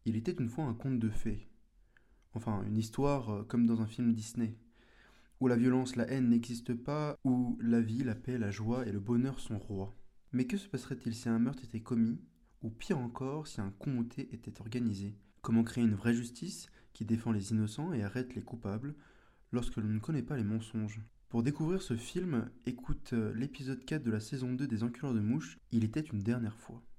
Il était une fois un conte de fées. Enfin, une histoire comme dans un film Disney, où la violence, la haine n'existent pas, où la vie, la paix, la joie et le bonheur sont rois. Mais que se passerait-il si un meurtre était commis, ou pire encore, si un comité était organisé? Comment créer une vraie justice qui défend les innocents et arrête les coupables lorsque l'on ne connaît pas les mensonges? Pour découvrir ce film, écoute l'épisode 4 de la saison 2 des Enculeurs de Mouches, Il était une dernière fois.